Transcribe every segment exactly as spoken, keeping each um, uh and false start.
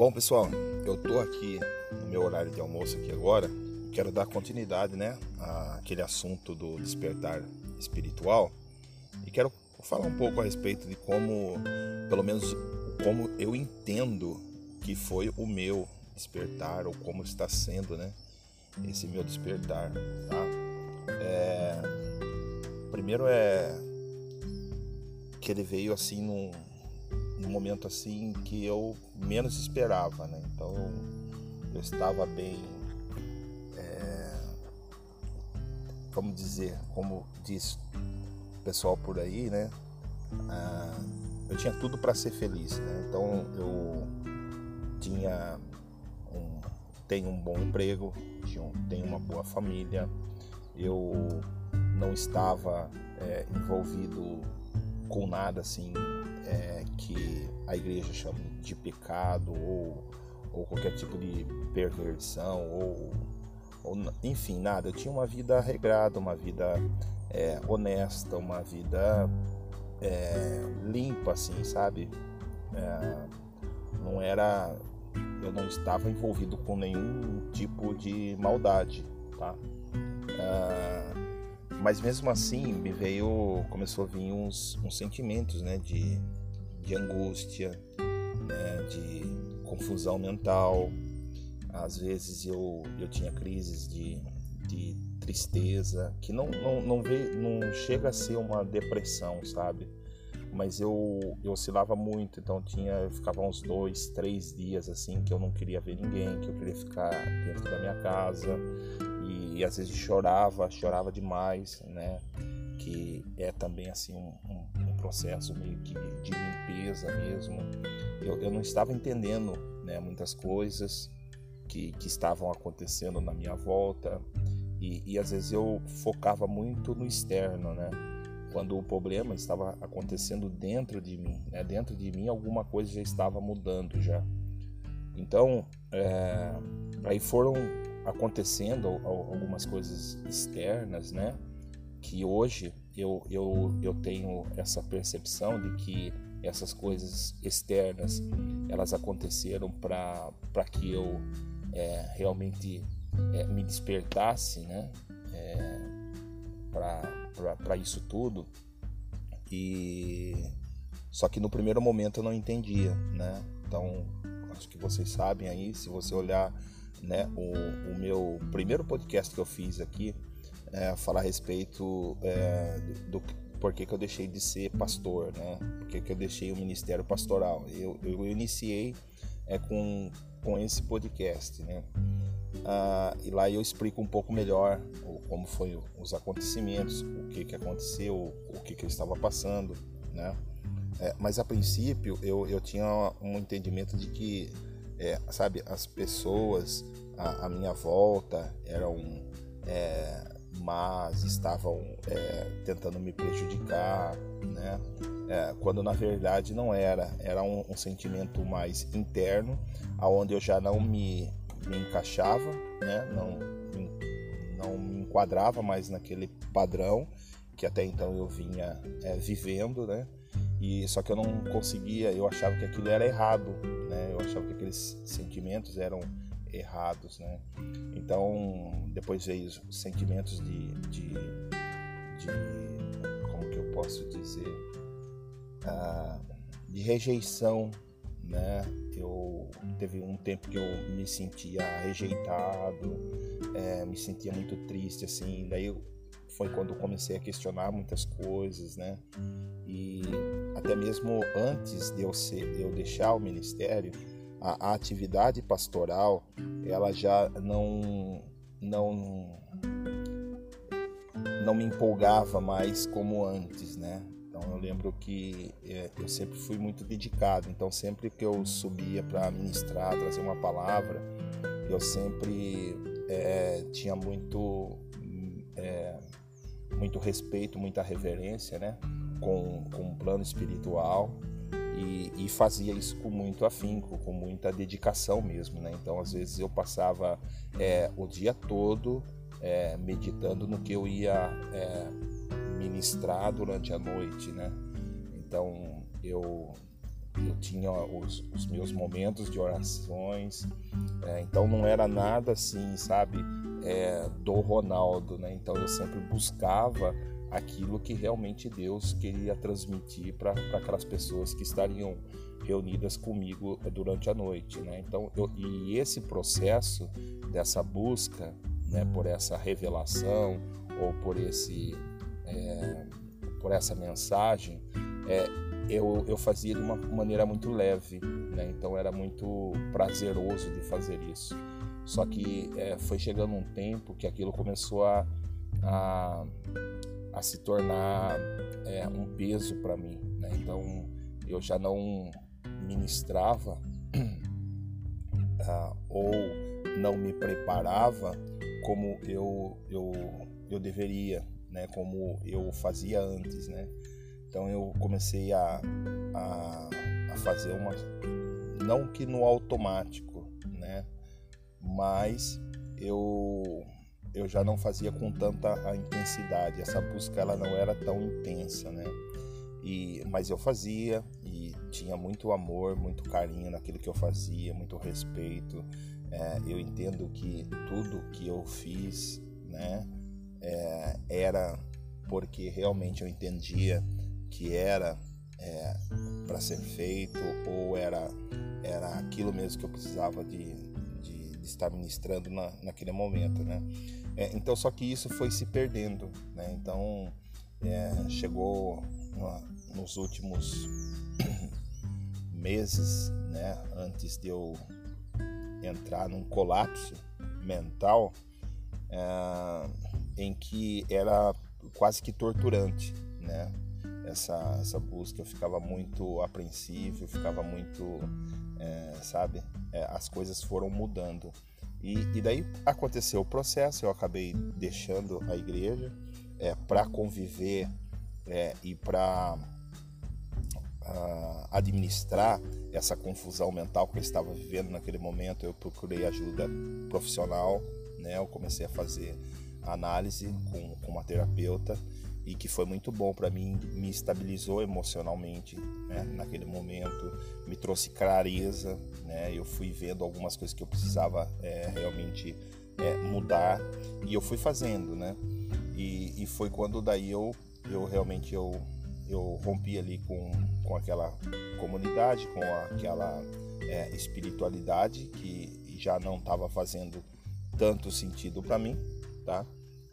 Bom, pessoal, eu tô aqui no meu horário de almoço aqui agora. Quero dar continuidade, né, àquele assunto do despertar espiritual e quero falar um pouco a respeito de como, pelo menos, como eu entendo que foi o meu despertar ou como está sendo, né, esse meu despertar, tá? É... Primeiro é que ele veio assim num, num momento assim que eu menos esperava, né? Então eu estava bem, é... vamos dizer, como diz o pessoal por aí, né? Ah, eu tinha tudo para ser feliz, né? Então eu tinha um, tenho um bom emprego, tenho uma boa família, eu não estava é, envolvido com nada assim é, que a igreja chama de pecado ou, ou qualquer tipo de perversão ou, ou enfim, nada. Eu tinha uma vida regrada, uma vida é, honesta, uma vida é, limpa, assim, sabe? É, não era, eu não estava envolvido com nenhum tipo de maldade, tá? É, mas mesmo assim me veio, começou a vir uns, uns sentimentos, né, de, de angústia, né, de confusão mental. Às vezes eu, eu tinha crises de, de tristeza, que não, não, não, vê, não chega a ser uma depressão, sabe? Mas eu, eu oscilava muito, então tinha, eu ficava uns dois, três dias assim que eu não queria ver ninguém, que eu queria ficar dentro da minha casa. E, e às vezes chorava, chorava demais, né? Que é também assim um, um, um processo meio que de limpeza mesmo. Eu, eu não estava entendendo, né, muitas coisas que, que estavam acontecendo na minha volta e, e às vezes eu focava muito no externo, né? Quando o problema estava acontecendo dentro de mim, né? Dentro de mim alguma coisa já estava mudando já. Então, é, aí foram acontecendo algumas coisas externas, né? Que hoje eu, eu, eu tenho essa percepção de que essas coisas externas, elas aconteceram para para que eu é, realmente é, me despertasse, né? É, para isso tudo. E só que no primeiro momento eu não entendia, né? Então acho que vocês sabem aí, se você olhar, né, o, o meu primeiro podcast que eu fiz aqui, é, falar a respeito é, do, do porquê que eu deixei de ser pastor, né? Porquê que eu deixei o ministério pastoral. Eu, eu iniciei é, com, com esse podcast, né? Ah, e lá eu explico um pouco melhor como foi os acontecimentos, o que que aconteceu, o que que eu estava passando, né? É, mas a princípio eu, eu tinha um entendimento de que, é, sabe, as pessoas à, à minha volta eram é, más, estavam é, tentando me prejudicar, né? É, quando na verdade não era, era um, um sentimento mais interno, aonde eu já não me, me encaixava, né? Não, não me enquadrava mais naquele padrão que até então eu vinha é, vivendo, né? E só que eu não conseguia, eu achava que aquilo era errado, né? Eu achava que aqueles sentimentos eram errados, né? Então depois veio os sentimentos de, de, de como que eu posso dizer, ah, de rejeição, né? Eu teve um tempo que eu me sentia rejeitado, é, me sentia muito triste, assim. Daí eu, foi quando eu comecei a questionar muitas coisas, né? E até mesmo antes de eu, ser, de eu deixar o ministério, a, a atividade pastoral, ela já não, não, não me empolgava mais como antes, né? Então eu lembro que é, eu sempre fui muito dedicado, então sempre que eu subia para ministrar, trazer uma palavra, eu sempre é, tinha muito, é, muito respeito, muita reverência, né? Com, com um plano espiritual e, e fazia isso com muito afinco, com muita dedicação mesmo, né? Então às vezes eu passava é, o dia todo é, meditando no que eu ia é, ministrar durante a noite, né? Então eu eu tinha os, os meus momentos de orações, é, então não era nada assim, sabe, é, do Ronaldo, né? Então eu sempre buscava aquilo que realmente Deus queria transmitir para aquelas pessoas que estariam reunidas comigo durante a noite, né? Então, eu, e esse processo dessa busca, né, por essa revelação ou por esse, é, por essa mensagem, é, eu, eu fazia de uma maneira muito leve, né? Então era muito prazeroso de fazer isso. Só que é, foi chegando um tempo que aquilo começou a, a, a se tornar é, um peso para mim, né? Então eu já não ministrava uh, ou não me preparava como eu, eu, eu deveria, né? Como eu fazia antes, né? Então eu comecei a, a, a fazer uma, não que no automático, né? Mas eu, eu já não fazia com tanta a intensidade, essa busca ela não era tão intensa, né? E, mas eu fazia e tinha muito amor, muito carinho naquilo que eu fazia, muito respeito. É, eu entendo que tudo que eu fiz, né, é, era porque realmente eu entendia que era é, para ser feito, ou era, era aquilo mesmo que eu precisava de, de, de estar ministrando na, naquele momento, né? É, então, só que isso foi se perdendo, né? Então, é, chegou no, nos últimos meses, né, antes de eu entrar num colapso mental, é, em que era quase que torturante, né? Essa, essa busca, eu ficava muito apreensivo, eu ficava muito, é, sabe, é, as coisas foram mudando. E, e daí aconteceu o processo, eu acabei deixando a igreja é, para conviver é, e para uh, administrar essa confusão mental que eu estava vivendo naquele momento. Eu procurei ajuda profissional, né? Eu comecei a fazer análise com, com uma terapeuta, e que foi muito bom para mim, me estabilizou emocionalmente, né, naquele momento, me trouxe clareza, né, eu fui vendo algumas coisas que eu precisava é, realmente é, mudar, e eu fui fazendo, né, e, e foi quando daí eu, eu realmente eu, eu rompi ali com, com aquela comunidade, com aquela é, espiritualidade que já não estava fazendo tanto sentido para mim, tá,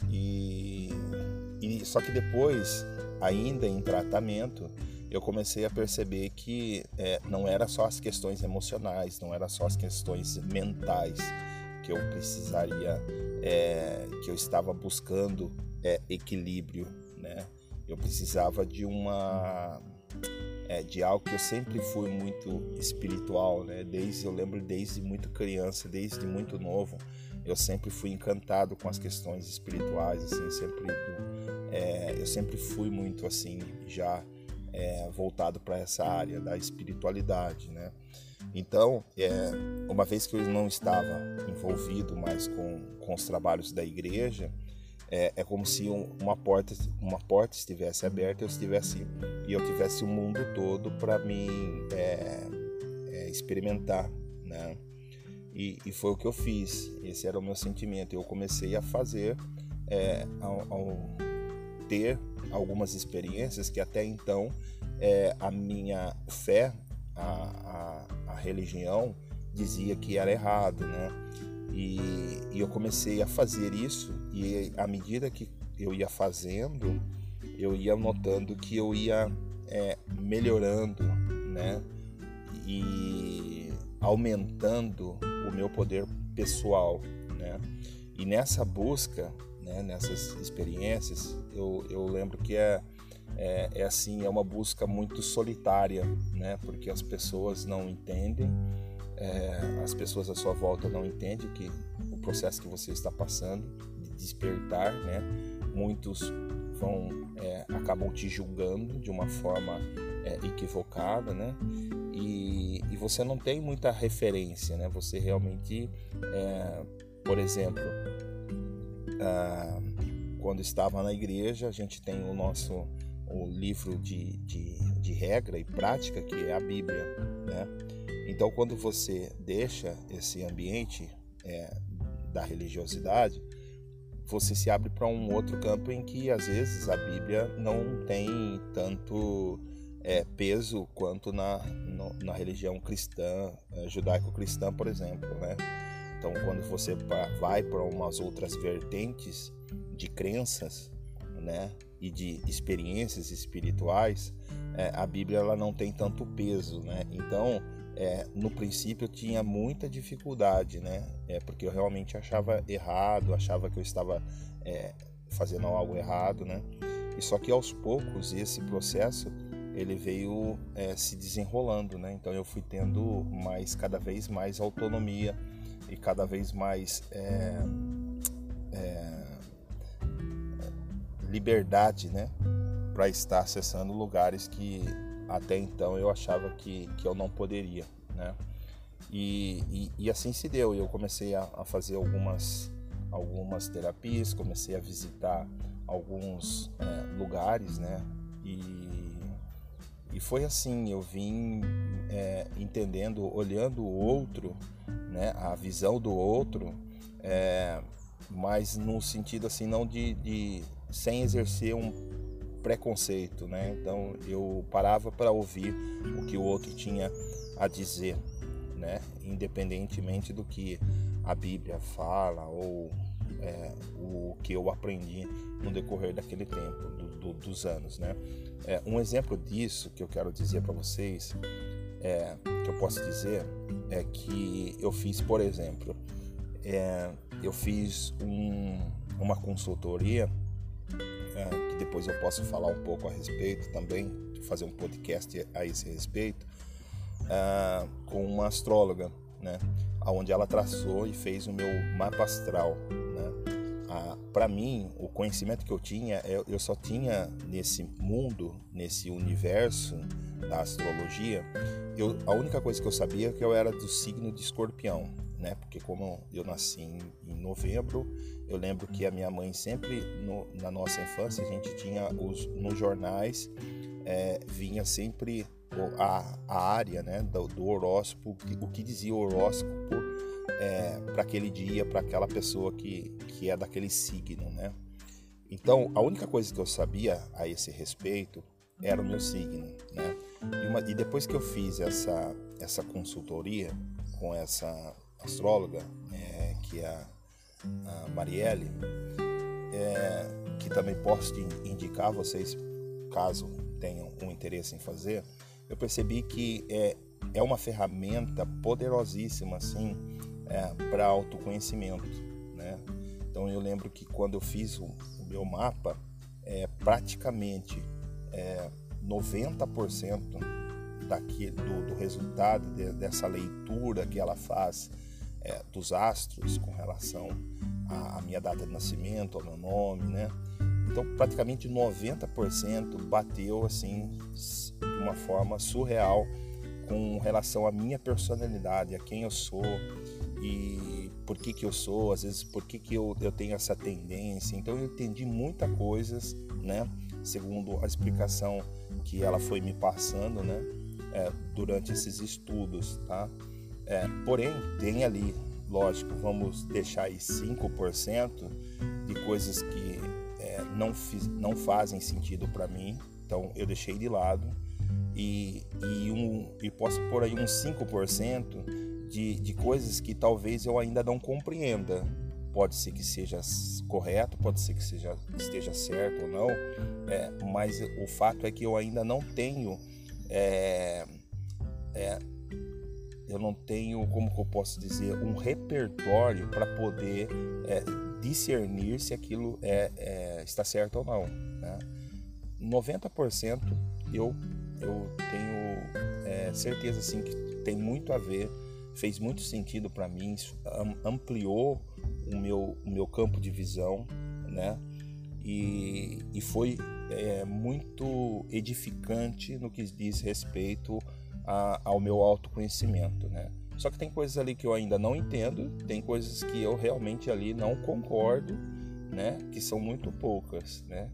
e... E, só que depois, ainda em tratamento, eu comecei a perceber que é, não era só as questões emocionais, não era só as questões mentais que eu precisaria, é, que eu estava buscando é, equilíbrio, né? Eu precisava de uma, é, de algo que eu sempre fui muito espiritual, né? Desde, eu lembro desde muito criança, desde muito novo, eu sempre fui encantado com as questões espirituais, assim, sempre é, eu sempre fui muito assim, já é, voltado para essa área da espiritualidade, né? Então, é, uma vez que eu não estava envolvido mais com, com os trabalhos da igreja, é, é como se um, uma porta, uma porta estivesse aberta, eu estivesse e eu tivesse o mundo todo para me é, é, experimentar, né? E, e foi o que eu fiz, esse era o meu sentimento. Eu comecei a fazer, é, ao, ao ter algumas experiências que até então é, a minha fé, a, a, a religião dizia que era errado, né? E, e eu comecei a fazer isso, e à medida que eu ia fazendo, eu ia notando que eu ia é, melhorando, né? E aumentando o meu poder pessoal, né? E nessa busca, né, nessas experiências, eu, eu lembro que é, é, é assim, é uma busca muito solitária, né? Porque as pessoas não entendem, é, as pessoas à sua volta não entendem que o processo que você está passando de despertar, né? Muitos vão é, acabam te julgando de uma forma é, equivocada, né? E, e você não tem muita referência, né? Você realmente, é, por exemplo, ah, quando estava na igreja, a gente tem o nosso, o livro de, de, de regra e prática que é a Bíblia, né? Então, quando você deixa esse ambiente é, da religiosidade, você se abre para um outro campo em que, às vezes, a Bíblia não tem tanto é, peso quanto na, no, na religião cristã, é, judaico-cristã, por exemplo, né? Então, quando você vai para umas outras vertentes de crenças, né, e de experiências espirituais, é, a Bíblia ela não tem tanto peso, né? Então, é, no princípio eu tinha muita dificuldade, né? É, porque eu realmente achava errado, achava que eu estava é, fazendo algo errado, né? E só que aos poucos esse processo ele veio é, se desenrolando, né? Então eu fui tendo mais, cada vez mais autonomia e cada vez mais é, é, liberdade, né, para estar acessando lugares que até então eu achava que, que eu não poderia, né? E, e, e assim se deu. Eu comecei a, a fazer algumas, algumas terapias, comecei a visitar alguns é, lugares, né? E, e foi assim, eu vim é, entendendo, olhando o outro, né, a visão do outro, é, mas no sentido assim, não de, de sem exercer um preconceito, né? Então eu parava para ouvir o que o outro tinha a dizer, né? Independentemente do que a Bíblia fala ou é, o que eu aprendi no decorrer daquele tempo, do, do, dos anos, né? É, um exemplo disso que eu quero dizer para vocês, é, que eu posso dizer, é que eu fiz, por exemplo, é, eu fiz um, uma consultoria, é, que depois eu posso falar um pouco a respeito também, fazer um podcast a esse respeito, é, com uma astróloga, né, onde ela traçou e fez o meu mapa astral, né. Ah, para mim, o conhecimento que eu tinha, eu só tinha nesse mundo, nesse universo da astrologia, eu, a única coisa que eu sabia é que eu era do signo de Escorpião, né? Porque como eu nasci em, em novembro, eu lembro que a minha mãe sempre, no, na nossa infância, a gente tinha os, nos jornais, é, vinha sempre a, a área, né, do, do horóscopo, o que dizia o horóscopo é, para aquele dia, para aquela pessoa que, que é daquele signo, né? Então, a única coisa que eu sabia a esse respeito era o meu signo, né? E, uma, e depois que eu fiz essa, essa consultoria com essa astróloga, é, que é a, a Marielle, é, que também posso indicar a vocês, caso tenham um interesse em fazer, eu percebi que é, é uma ferramenta poderosíssima, assim, é, para autoconhecimento, né? Então eu lembro que quando eu fiz o, o meu mapa, é, praticamente é, noventa por cento daqui, do, do resultado de, dessa leitura que ela faz é, dos astros com relação à, à minha data de nascimento, ao meu nome, né? Então praticamente noventa por cento bateu assim de uma forma surreal com relação à minha personalidade, a quem eu sou e por que que eu sou, às vezes por que que eu, eu tenho essa tendência. Então eu entendi muita coisas, né, segundo a explicação que ela foi me passando, né, é, durante esses estudos, tá? É, porém, tem ali, lógico, vamos deixar aí cinco por cento de coisas que é, não, fiz, não fazem sentido para mim, então eu deixei de lado e, e, um, e posso pôr aí uns cinco por cento De, de coisas que talvez eu ainda não compreenda. Pode ser que seja correto, pode ser que seja, esteja certo ou não, é, mas o fato é que eu ainda não tenho, é, é, eu não tenho, como que eu posso dizer, um repertório para poder é, discernir se aquilo é, é, está certo ou não, né? noventa por cento eu, eu tenho é, certeza assim, que tem muito a ver, fez muito sentido para mim, ampliou o meu, o meu campo de visão, né? E, e foi é, muito edificante no que diz respeito a, ao meu autoconhecimento, né? Só que tem coisas ali que eu ainda não entendo, tem coisas que eu realmente ali não concordo, né? Que são muito poucas, né?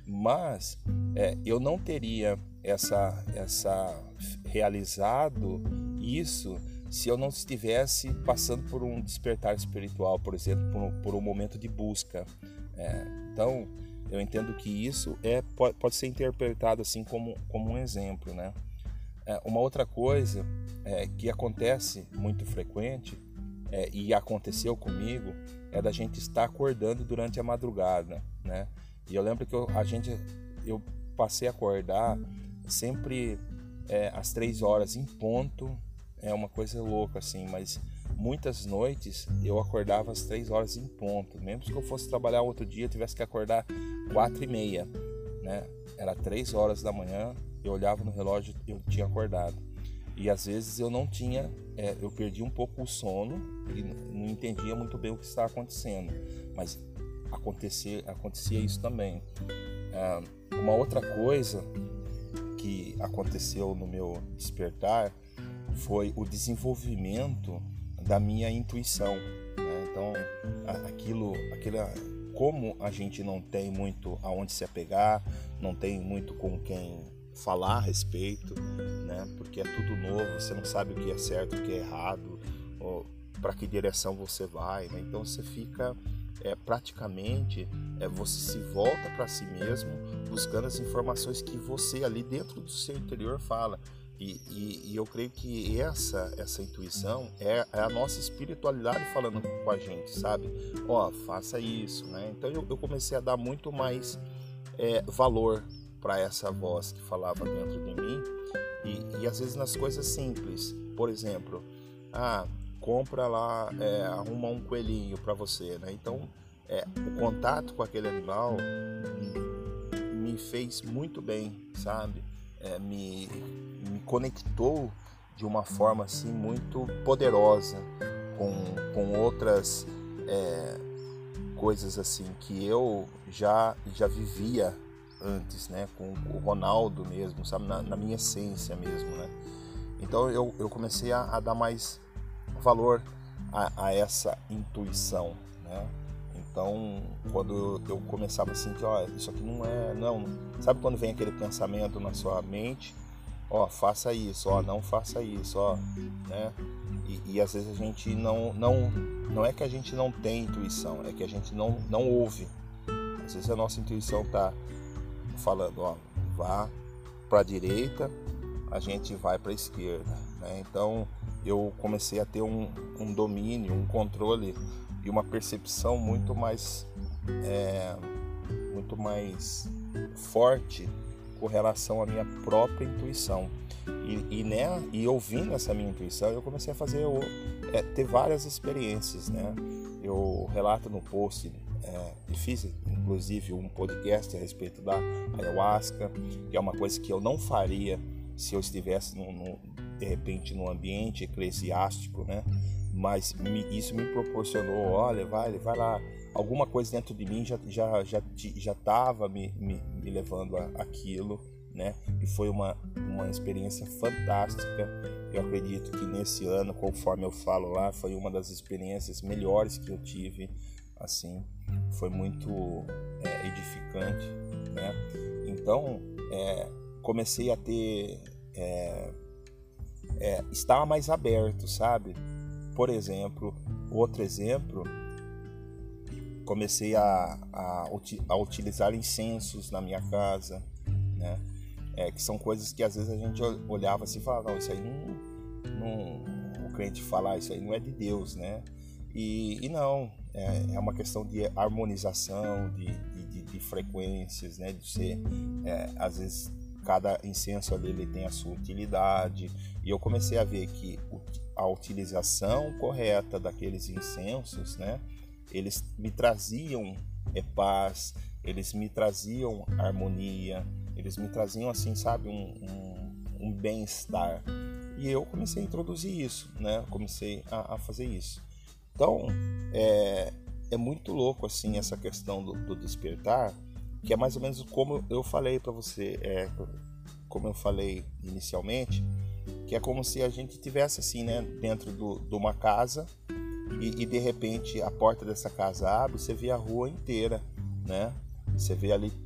Mas é, eu não teria essa, essa realizado isso se eu não estivesse passando por um despertar espiritual, por exemplo, por um, por um momento de busca. É, então, eu entendo que isso é, pode, pode ser interpretado assim como, como um exemplo, né? É, uma outra coisa é, que acontece muito frequente, é, e aconteceu comigo, é da gente estar acordando durante a madrugada, né? E eu lembro que eu, a gente, eu passei a acordar sempre é, às três horas em ponto. É uma coisa louca assim, mas muitas noites eu acordava às três horas em ponto. Mesmo que eu fosse trabalhar outro dia, eu tivesse que acordar quatro e meia, né? Era três horas da manhã, eu olhava no relógio e eu tinha acordado. E às vezes eu não tinha, é, eu perdi um pouco o sono e não entendia muito bem o que estava acontecendo. Mas acontecia, acontecia isso também. É, uma outra coisa que aconteceu no meu despertar foi o desenvolvimento da minha intuição, né? Então, aquilo, aquela, como a gente não tem muito aonde se apegar, não tem muito com quem falar a respeito, né? Porque é tudo novo, você não sabe o que é certo, o que é errado, para que direção você vai, né? Então você fica é, praticamente, é, você se volta para si mesmo, buscando as informações que você ali dentro do seu interior fala. E, e, e eu creio que essa, essa intuição é, é a nossa espiritualidade falando com a gente, sabe? Ó, faça isso, né? Então eu, eu comecei a dar muito mais é, valor para essa voz que falava dentro de mim. E, e às vezes nas coisas simples, por exemplo, ah, compra lá, é, arruma um coelhinho para você, né? Então é, o contato com aquele animal me, me fez muito bem, sabe? É, me, me conectou de uma forma assim muito poderosa com, com outras é, coisas assim que eu já, já vivia antes, né? Com o Ronaldo mesmo, sabe? Na, na minha essência mesmo, né? Então eu, eu comecei a, a dar mais valor a, a essa intuição, né? Então, quando eu começava assim, que ó, isso aqui não é, não, sabe quando vem aquele pensamento na sua mente, ó, faça isso, ó, não faça isso, ó, né? E, e às vezes a gente não, não, não é que a gente não tem intuição, é que a gente não, não ouve. Às vezes a nossa intuição tá falando, ó, vá para a direita, a gente vai para a esquerda, né? Então, eu comecei a ter um, um domínio, um controle e uma percepção muito mais é, muito mais forte com relação à minha própria intuição e, e, né, e ouvindo essa minha intuição eu comecei a fazer é, ter várias experiências, né? Eu relato no post, é, fiz inclusive um podcast a respeito da ayahuasca, que é uma coisa que eu não faria se eu estivesse no, no, de repente num ambiente eclesiástico, né? Mas me, isso me proporcionou, olha, vai, vai lá, alguma coisa dentro de mim já já já já estava me, me, me levando a, aquilo, né? E foi uma uma experiência fantástica. Eu acredito que nesse ano, conforme eu falo lá, foi uma das experiências melhores que eu tive, assim, foi muito é, edificante, né? Então, é, comecei a ter é, é, estar mais aberto, sabe? Por exemplo, outro exemplo, comecei a, a, a utilizar incensos na minha casa, né? É, que são coisas que às vezes a gente olhava assim e falava, não, isso aí não, não, o crente fala, isso aí não é de Deus, né? E, e não, é, é uma questão de harmonização, de, de, de frequências, né? De ser, é, às vezes, cada incenso ali ele tem a sua utilidade, e eu comecei a ver que a utilização correta daqueles incensos, né, eles me traziam é, paz, eles me traziam harmonia, eles me traziam assim, sabe, um, um, um bem-estar. E eu comecei a introduzir isso, né, comecei a, a fazer isso. Então, é, é muito louco assim essa questão do, do despertar, que é mais ou menos como eu falei para você, é, como eu falei inicialmente, que é como se a gente tivesse assim, né, dentro do, de uma casa e, e de repente a porta dessa casa abre, você vê a rua inteira, né? Você vê ali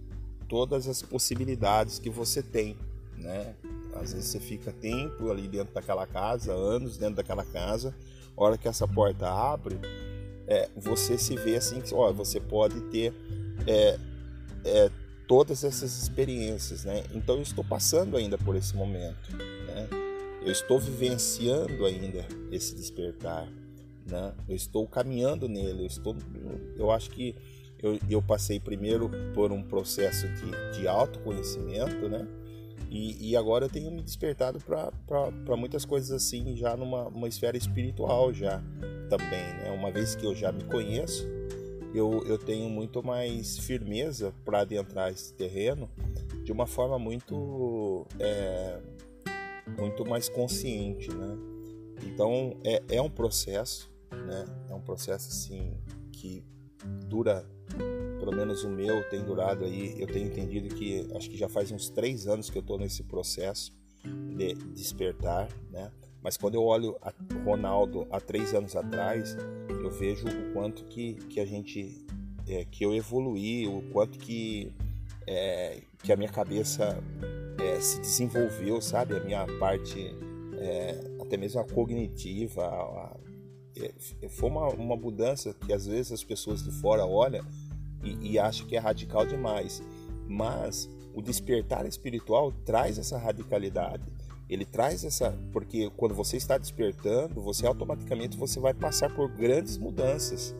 todas as possibilidades que você tem, né? Às vezes você fica tempo ali dentro daquela casa, anos dentro daquela casa, a hora que essa porta abre, é, você se vê assim, que ó, você pode ter é, é, todas essas experiências, né? Então eu estou passando ainda por esse momento, né? Eu estou vivenciando ainda esse despertar, né? Eu estou caminhando nele, eu, estou, eu acho que eu, eu passei primeiro por um processo de, de autoconhecimento, né? E, e agora eu tenho me despertado para muitas coisas assim, já numa uma esfera espiritual já também, né? Uma vez que eu já me conheço, eu, eu tenho muito mais firmeza para adentrar esse terreno de uma forma muito, é, muito mais consciente, né? Então é, é um processo, né? É um processo assim que dura, pelo menos o meu tem durado aí, eu tenho entendido que acho que já faz uns três anos que eu estou nesse processo de despertar, né? Mas quando eu olho a Ronaldo há três anos atrás, eu vejo o quanto que, que a gente, é, que eu evoluí, o quanto que, é, que a minha cabeça é, se desenvolveu, sabe? A minha parte, é, até mesmo a cognitiva, a, a, é, foi uma, uma mudança que às vezes as pessoas de fora olham e, e acham que é radical demais, mas o despertar espiritual traz essa radicalidade. Ele traz essa, porque quando você está despertando, você automaticamente você vai passar por grandes mudanças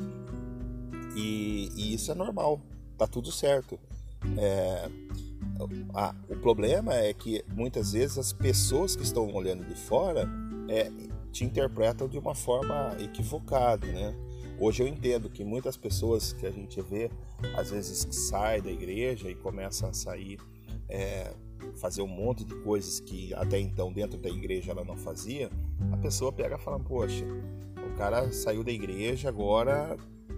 e, e isso é normal, tá tudo certo. É, a, o problema é que muitas vezes as pessoas que estão olhando de fora é, te interpretam de uma forma equivocada, né? Hoje eu entendo que muitas pessoas que a gente vê, às vezes saem da igreja e começam a sair, é, fazer um monte de coisas que até então dentro da igreja ela não fazia, a pessoa pega e fala, poxa, o cara saiu da igreja, agora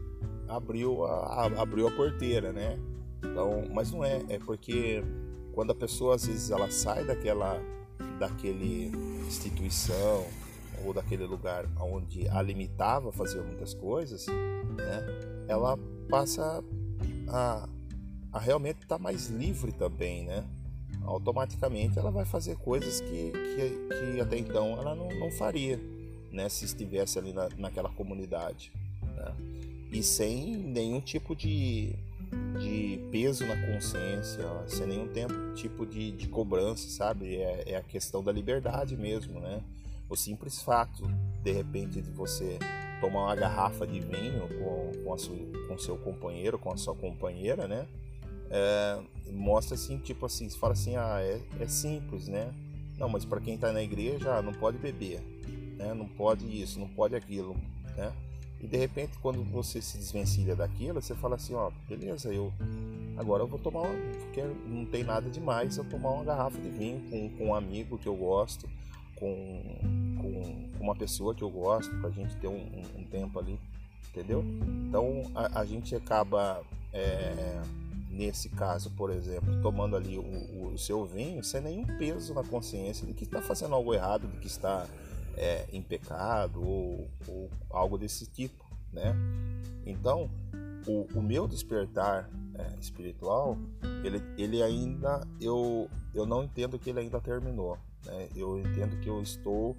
abriu a, a, abriu a porteira, né? Então, mas não é, é porque quando a pessoa às vezes ela sai daquela, daquele instituição ou daquele lugar onde a limitava a fazer muitas coisas, né? Ela passa a, a realmente estar mais livre também, né? Automaticamente ela vai fazer coisas que, que, que até então ela não, não faria, né? Se estivesse ali na, naquela comunidade, né? E sem nenhum tipo de, de peso na consciência, sem nenhum tempo, tipo de, de cobrança, sabe? É, é a questão da liberdade mesmo, né? O simples fato, de repente, de você tomar uma garrafa de vinho com, com, a sua, com seu companheiro, com a sua companheira, né? É, mostra assim, tipo assim, você fala assim, ah, é, é simples, né? Não, mas para quem está na igreja, ah, não pode beber, né? Não pode isso, não pode aquilo, né? E de repente, quando você se desvencilha daquilo, você fala assim, ó, beleza, eu agora eu vou tomar, porque não tem nada demais eu tomar uma garrafa de vinho com, com um amigo que eu gosto, com, com, com uma pessoa que eu gosto, pra gente ter um, um, um tempo ali, entendeu? Então a, a gente acaba, é, nesse caso, por exemplo, tomando ali o, o seu vinho sem nenhum peso na consciência de que está fazendo algo errado, de que está é, em pecado ou, ou algo desse tipo, né? Então o, o meu despertar é, espiritual, ele, ele ainda, eu, eu não entendo que ele ainda terminou, né? Eu entendo que eu estou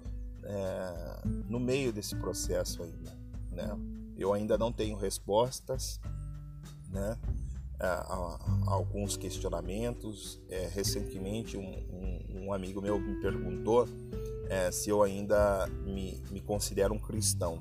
é, no meio desse processo ainda, né? Eu ainda não tenho respostas, né? A, a, a alguns questionamentos. É, recentemente um, um, um amigo meu me perguntou é, se eu ainda me, me considero um cristão.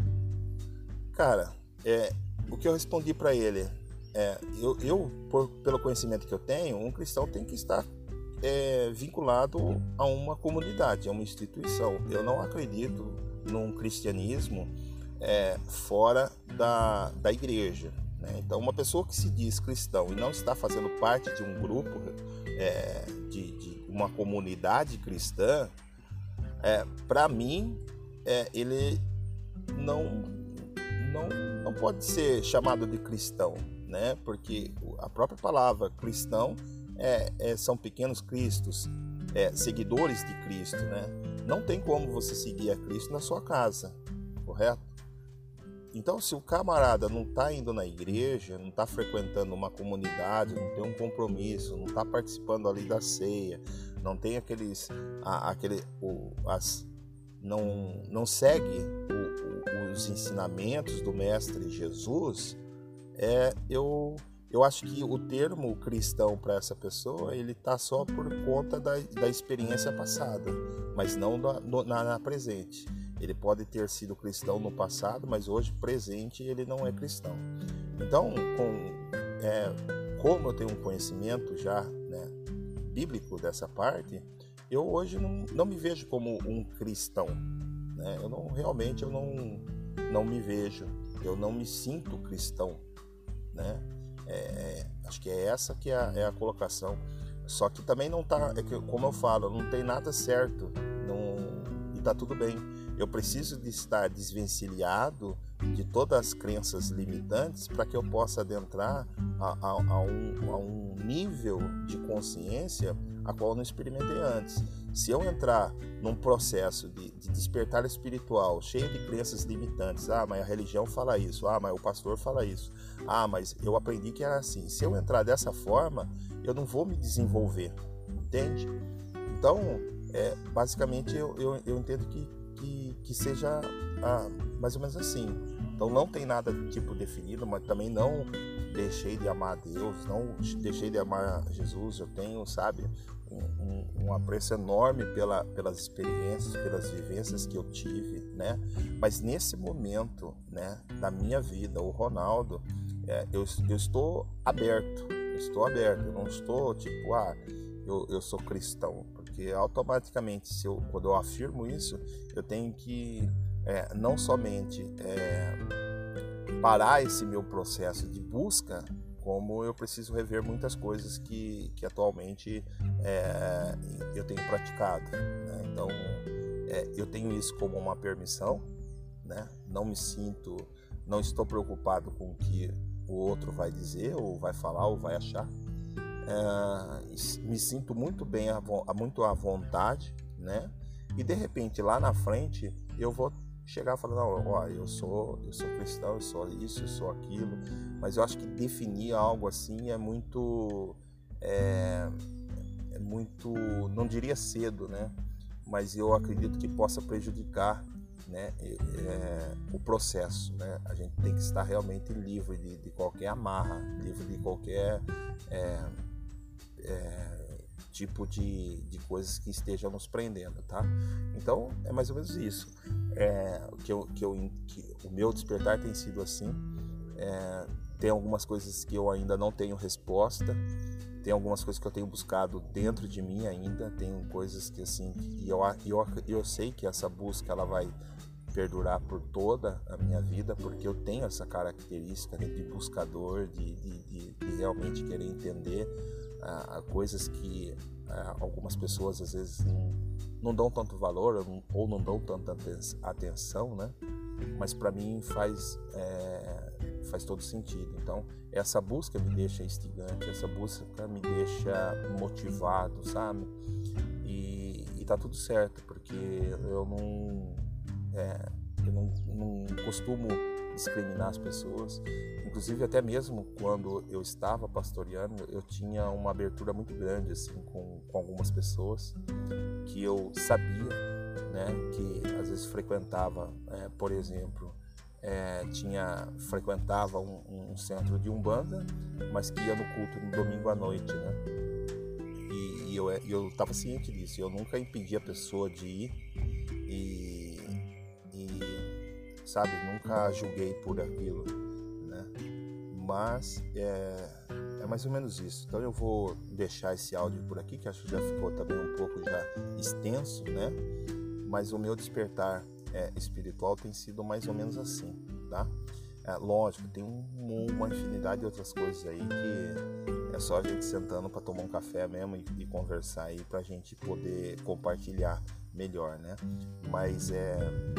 Cara, é, o que eu respondi para ele é, eu, eu por, pelo conhecimento que eu tenho, um cristão tem que estar é, vinculado a uma comunidade, a uma instituição. Eu não acredito num cristianismo é, fora da, da igreja, né? Então, uma pessoa que se diz cristão e não está fazendo parte de um grupo, é, de, de uma comunidade cristã, é, para mim, é, ele não, não, não pode ser chamado de cristão, né? Porque a própria palavra cristão é, é, são pequenos cristos, é, seguidores de Cristo, né? Não tem como você seguir a Cristo na sua casa, correto? Então, se o camarada não está indo na igreja, não está frequentando uma comunidade, não tem um compromisso, não está participando ali da ceia, não tem aqueles, a, aquele, o, as, não, não segue o, o, os ensinamentos do Mestre Jesus, é, eu, eu acho que o termo cristão para essa pessoa, ele está só por conta da, da experiência passada, mas não na, na, na presente. Ele pode ter sido cristão no passado, mas hoje, presente, ele não é cristão. Então, com, é, como eu tenho um conhecimento já, né, bíblico dessa parte, eu hoje não, não me vejo como um cristão. Né? Eu não, realmente eu não, não me vejo, eu não me sinto cristão. Né? É, acho que é essa que é a, é a colocação. Só que também não está, é que, como eu falo, não tem nada certo não, e está tudo bem. Eu preciso de estar desvencilhado de todas as crenças limitantes para que eu possa adentrar a, a, a, um, a um nível de consciência a qual eu não experimentei antes. Se eu entrar num processo de, de despertar espiritual cheio de crenças limitantes, ah, mas a religião fala isso, ah, mas o pastor fala isso, ah, mas eu aprendi que era assim. Se eu entrar dessa forma, eu não vou me desenvolver, entende? Então, é, basicamente, eu, eu, eu entendo que Que, que seja ah, mais ou menos assim. Então não tem nada tipo definido, mas também não deixei de amar a Deus, não deixei de amar Jesus. Eu tenho, sabe, um, um, um apreço enorme pela, pelas experiências, pelas vivências que eu tive, né? Mas nesse momento, né, da minha vida, o Ronaldo, é, eu, eu estou aberto, eu estou aberto, eu não estou tipo, ah, eu, eu sou cristão. Porque automaticamente, se eu, quando eu afirmo isso, eu tenho que é, não somente é, parar esse meu processo de busca, como eu preciso rever muitas coisas que, que atualmente é, eu tenho praticado. Né? Então, é, eu tenho isso como uma permissão, né? Não me sinto, não estou preocupado com o que o outro vai dizer, ou vai falar, ou vai achar. É, me sinto muito bem, muito à vontade, né? E de repente lá na frente eu vou chegar falando, ó, eu sou, eu sou cristão, eu sou isso, eu sou aquilo. Mas eu acho que definir algo assim é muito, é, é muito, não diria cedo, né? Mas eu acredito que possa prejudicar, né, é, o processo, né? A gente tem que estar realmente livre de, de qualquer amarra, livre de qualquer é, É, tipo de, de coisas que estejam nos prendendo, tá? Então é mais ou menos isso. É, que eu, que eu, que o meu despertar tem sido assim. É, tem algumas coisas que eu ainda não tenho resposta. Tem algumas coisas que eu tenho buscado dentro de mim ainda. Tem coisas que assim, e eu, eu, eu sei que essa busca ela vai perdurar por toda a minha vida, porque eu tenho essa característica, né, de buscador, de, de, de, de realmente querer entender a coisas que a, algumas pessoas às vezes não, não dão tanto valor ou não, ou não dão tanta atenção, né? Mas para mim faz, é, faz todo sentido. Então essa busca me deixa instigante, essa busca me deixa motivado, sabe? E, e tá tudo certo, porque eu não, é, eu não, não costumo discriminar as pessoas. Inclusive até mesmo quando eu estava pastoreando, eu tinha uma abertura muito grande assim com, com algumas pessoas que eu sabia, né, que às vezes frequentava, é, por exemplo, é, tinha frequentava um, um centro de umbanda, mas que ia no culto no domingo à noite, né? E, e eu eu estava ciente disso. Eu nunca impedi a pessoa de ir e, e sabe, nunca julguei por aquilo, né? Mas é, é mais ou menos isso. Então eu vou deixar esse áudio por aqui, que acho que já ficou também um pouco já extenso, né? Mas o meu despertar é, espiritual tem sido mais ou menos assim, tá? É, lógico, tem um, uma infinidade de outras coisas aí que é só a gente sentando para tomar um café mesmo e, e conversar aí pra gente poder compartilhar melhor, né? Mas é,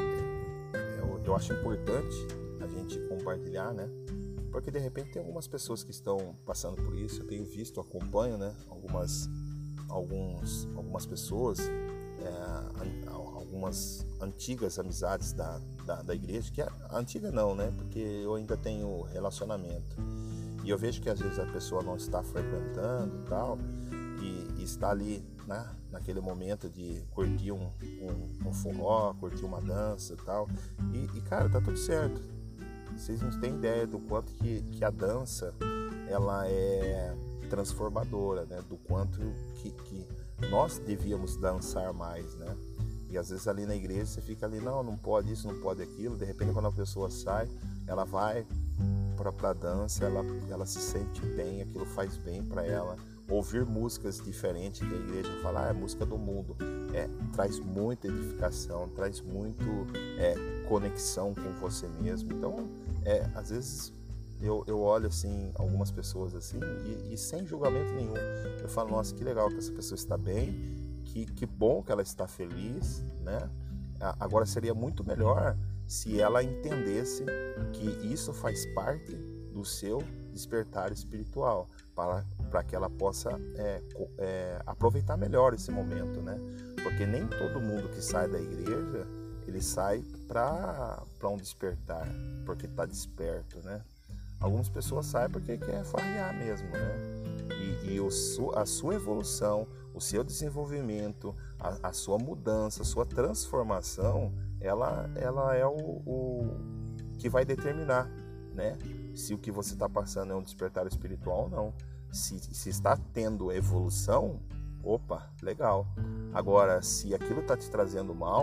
eu, eu acho importante a gente compartilhar, né? Porque de repente tem algumas pessoas que estão passando por isso. Eu tenho visto, acompanho, né? Algumas, alguns, algumas pessoas é, algumas antigas amizades da, da, da igreja, que é antiga não, né? Porque eu ainda tenho relacionamento. E eu vejo que às vezes a pessoa não está frequentando e tal, e, e está ali, né, naquele momento de curtir um, um, um forró, curtir uma dança e tal. E, e, cara, tá tudo certo. Vocês não têm ideia do quanto que, que a dança, ela é transformadora, né? Do quanto que, que nós devíamos dançar mais, né? E às vezes ali na igreja você fica ali, não, não pode isso, não pode aquilo. De repente quando a pessoa sai, ela vai para a dança, ela, ela se sente bem, aquilo faz bem para ela. Ouvir músicas diferentes que a igreja fala, ah, é música do mundo, é, traz muita edificação, traz muito é, conexão com você mesmo. Então, é, às vezes eu, eu olho assim, algumas pessoas assim, e, e sem julgamento nenhum, eu falo, nossa, que legal que essa pessoa está bem, que, que bom que ela está feliz, né? Agora seria muito melhor se ela entendesse que isso faz parte do seu despertar espiritual, para, para que ela possa é, é, aproveitar melhor esse momento, né? Porque nem todo mundo que sai da igreja, ele sai para um despertar, porque está desperto, né? Algumas pessoas saem porque quer farrear mesmo, né? E, e o su, a sua evolução, o seu desenvolvimento, a, a sua mudança, a sua transformação, ela, ela é o, o que vai determinar, né? Se o que você está passando é um despertar espiritual ou não. Se, se está tendo evolução, opa, legal. Agora, se aquilo está te trazendo mal,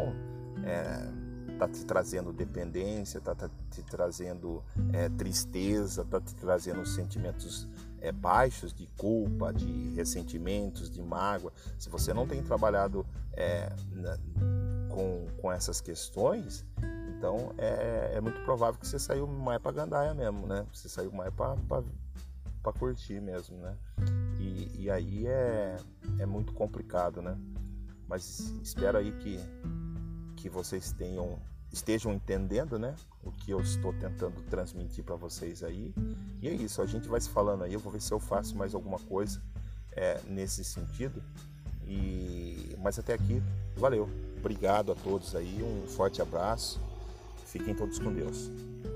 está te trazendo dependência, está te trazendo é, tristeza, está te trazendo sentimentos é, baixos de culpa, de ressentimentos, de mágoa. Se você não tem trabalhado é, na, com, com essas questões, então é, é muito provável que você saiu mais para gandaia mesmo, né? Você saiu mais para para curtir mesmo, né? E, e aí é, é muito complicado, né? Mas espero aí que, que vocês tenham, estejam entendendo, né? O que eu estou tentando transmitir para vocês aí. E é isso, a gente vai se falando aí, eu vou ver se eu faço mais alguma coisa é, nesse sentido. E, mas até aqui, valeu. Obrigado a todos aí, um forte abraço. Fiquem todos com Deus.